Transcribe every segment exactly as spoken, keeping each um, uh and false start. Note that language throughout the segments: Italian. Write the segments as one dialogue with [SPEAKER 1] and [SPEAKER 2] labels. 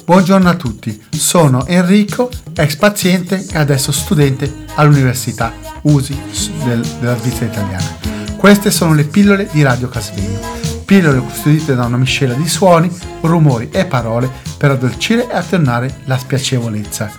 [SPEAKER 1] Buongiorno a tutti, sono Enrico, ex paziente e adesso studente all'Università U S I del, della Svizzera italiana. Queste sono le pillole di Radio Casvegno, pillole custodite da una miscela di suoni, rumori e parole per addolcire e attenuare la spiacevolezza.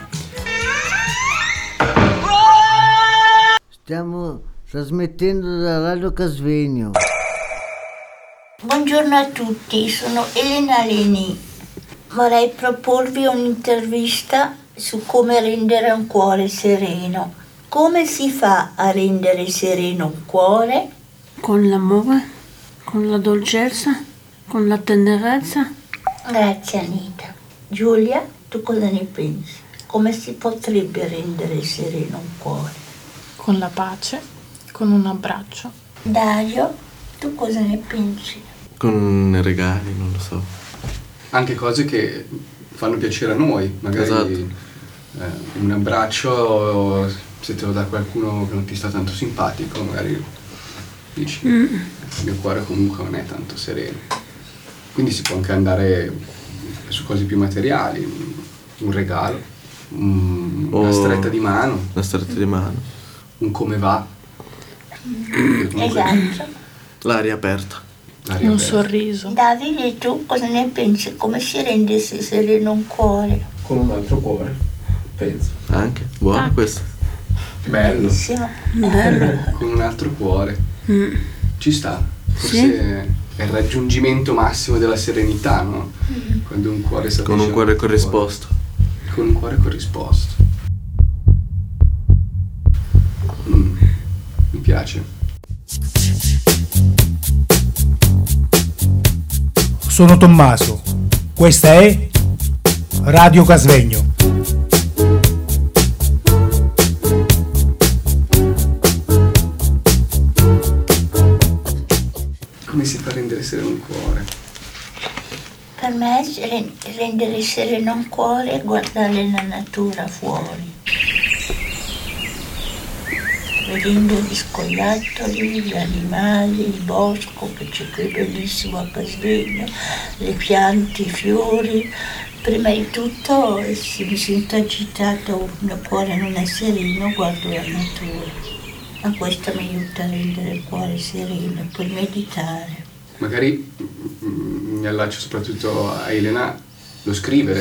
[SPEAKER 2] Stiamo trasmettendo da Radio Casvegno.
[SPEAKER 3] Buongiorno a tutti, sono Elena Leni. Vorrei proporvi un'intervista su come rendere un cuore sereno. Come si fa a rendere sereno un cuore?
[SPEAKER 4] Con l'amore, con la dolcezza, con la tenerezza.
[SPEAKER 3] Grazie Anita. Giulia, tu cosa ne pensi? Come si potrebbe rendere sereno un cuore?
[SPEAKER 5] Con la pace, con un abbraccio.
[SPEAKER 3] Dario, tu cosa ne pensi?
[SPEAKER 6] Con regali, non lo so.
[SPEAKER 7] Anche cose che fanno piacere a noi, magari
[SPEAKER 6] esatto.
[SPEAKER 7] eh, un abbraccio, se te lo dà qualcuno che non ti sta tanto simpatico, magari dici mm. il mio cuore comunque non è tanto sereno. Quindi si può anche andare su cose più materiali, un regalo, un,
[SPEAKER 6] o
[SPEAKER 7] una stretta di mano,
[SPEAKER 6] una stretta di mano,
[SPEAKER 7] un come va,
[SPEAKER 3] esatto,
[SPEAKER 6] l'aria aperta.
[SPEAKER 5] Un aperta. Sorriso.
[SPEAKER 3] Davide, tu cosa ne pensi? Come si rende sereno un cuore?
[SPEAKER 8] Con un altro cuore, penso.
[SPEAKER 6] Anche? Buono ah. questo.
[SPEAKER 8] Bello.
[SPEAKER 3] Bellissimo.
[SPEAKER 4] Bello.
[SPEAKER 7] Con un altro cuore.
[SPEAKER 4] Mm.
[SPEAKER 7] Ci sta. Forse
[SPEAKER 4] sì.
[SPEAKER 7] è il raggiungimento massimo della serenità, no? Mm. Quando un cuore si
[SPEAKER 6] Con un cuore corrisposto.
[SPEAKER 7] Cuore. Con un cuore corrisposto. Mm. Mi piace.
[SPEAKER 9] Sono Tommaso, questa è Radio Casvegno.
[SPEAKER 7] Come si fa a rendere sereno un cuore?
[SPEAKER 3] Per me rendere sereno un cuore è guardare la natura fuori, vedendo gli scoiattoli, gli animali, il bosco che c'è qui bellissimo a Casvegno, le piante, i fiori. Prima di tutto, se mi sento agitata o il mio cuore non è sereno, guardo la natura. Ma questo mi aiuta a rendere il cuore sereno e poi meditare.
[SPEAKER 7] Magari mi allaccio soprattutto a Elena, lo scrivere.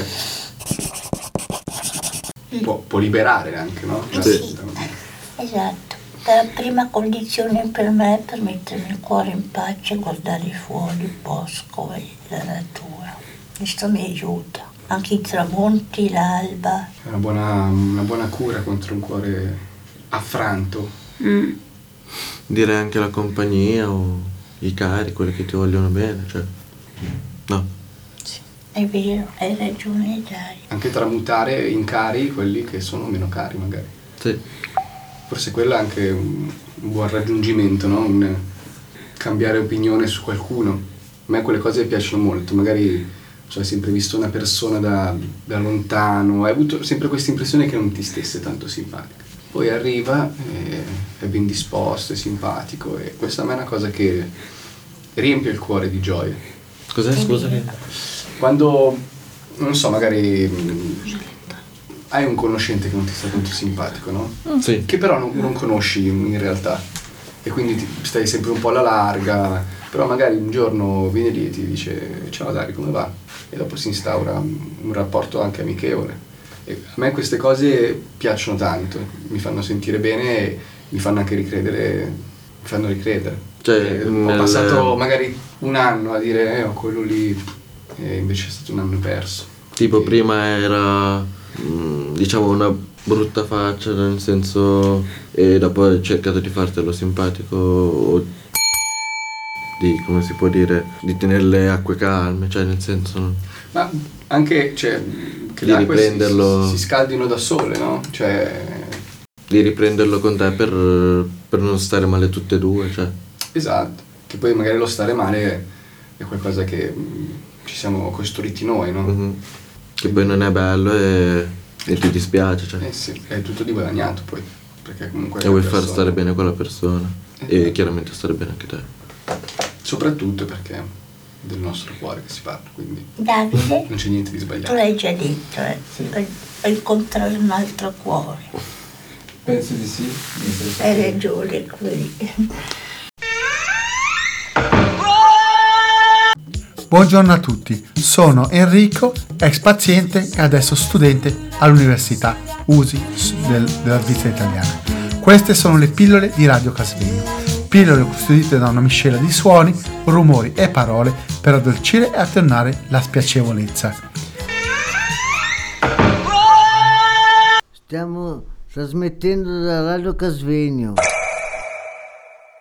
[SPEAKER 7] Può, può liberare anche, no?
[SPEAKER 3] Eh sì, esatto. La prima condizione per me è per mettermi il cuore in pace e guardare fuori il bosco e la natura. Questo mi aiuta. Anche i tramonti, l'alba.
[SPEAKER 7] È una buona, una buona cura contro un cuore affranto.
[SPEAKER 4] Mm.
[SPEAKER 6] Direi anche la compagnia o i cari, quelli che ti vogliono bene, cioè. No.
[SPEAKER 3] Sì, è vero, hai ragione, dai.
[SPEAKER 7] Anche tramutare in cari quelli che sono meno cari, magari.
[SPEAKER 6] Sì.
[SPEAKER 7] Forse quello è anche un, un buon raggiungimento, no? Un cambiare opinione su qualcuno. A me quelle cose piacciono molto, magari cioè, hai sempre visto una persona da, da lontano, hai avuto sempre questa impressione che non ti stesse tanto simpatica. Poi arriva, e è ben disposto, è simpatico e questa a me è una cosa che riempie il cuore di gioia.
[SPEAKER 6] Cos'è, scusa?
[SPEAKER 7] Quando, non so, magari hai un conoscente che non ti sta tanto simpatico, no?
[SPEAKER 6] Sì.
[SPEAKER 7] Che però non, non conosci in realtà e quindi ti stai sempre un po' alla larga, però magari un giorno viene lì e ti dice ciao Dario, come va? E dopo si instaura un, un rapporto anche amichevole. E a me queste cose piacciono tanto, mi fanno sentire bene e mi fanno anche ricredere, mi fanno ricredere.
[SPEAKER 6] Cioè,
[SPEAKER 7] ho
[SPEAKER 6] nel...
[SPEAKER 7] passato magari un anno a dire eh, ho quello lì e invece è stato un anno perso.
[SPEAKER 6] Tipo
[SPEAKER 7] e...
[SPEAKER 6] prima era diciamo una brutta faccia, nel senso, e dopo hai cercato di fartelo simpatico o di, come si può dire, di tenere le acque calme, cioè nel senso...
[SPEAKER 7] Ma anche, cioè, che
[SPEAKER 6] di
[SPEAKER 7] le acque
[SPEAKER 6] riprenderlo...
[SPEAKER 7] si, si, si scaldino da sole, no? Cioè...
[SPEAKER 6] Di riprenderlo con te per, per non stare male tutte e due, cioè...
[SPEAKER 7] Esatto, che poi magari lo stare male è qualcosa che mh, ci siamo costruiti noi, no?
[SPEAKER 6] Mm-hmm. Che poi non è bello e, e ti dispiace, cioè.
[SPEAKER 7] Eh sì, è tutto di guadagnato poi, perché comunque...
[SPEAKER 6] E vuoi
[SPEAKER 7] persona...
[SPEAKER 6] far stare bene quella persona,
[SPEAKER 7] esatto.
[SPEAKER 6] E chiaramente stare bene anche te.
[SPEAKER 7] Soprattutto perché del nostro cuore che si parla, quindi
[SPEAKER 3] Davide,
[SPEAKER 7] non c'è niente di
[SPEAKER 3] tu
[SPEAKER 7] sbagliato.
[SPEAKER 3] l'hai già detto, eh? Per, per incontrare un altro cuore.
[SPEAKER 8] Penso di sì.
[SPEAKER 3] Hai ragione qui.
[SPEAKER 1] Buongiorno a tutti, sono Enrico, ex paziente e adesso studente all'Università U S I del, della Svizzera italiana. Queste sono le pillole di Radio Casvegno, pillole custodite da una miscela di suoni, rumori e parole per addolcire e attenuare la spiacevolezza.
[SPEAKER 2] Stiamo trasmettendo da Radio Casvegno.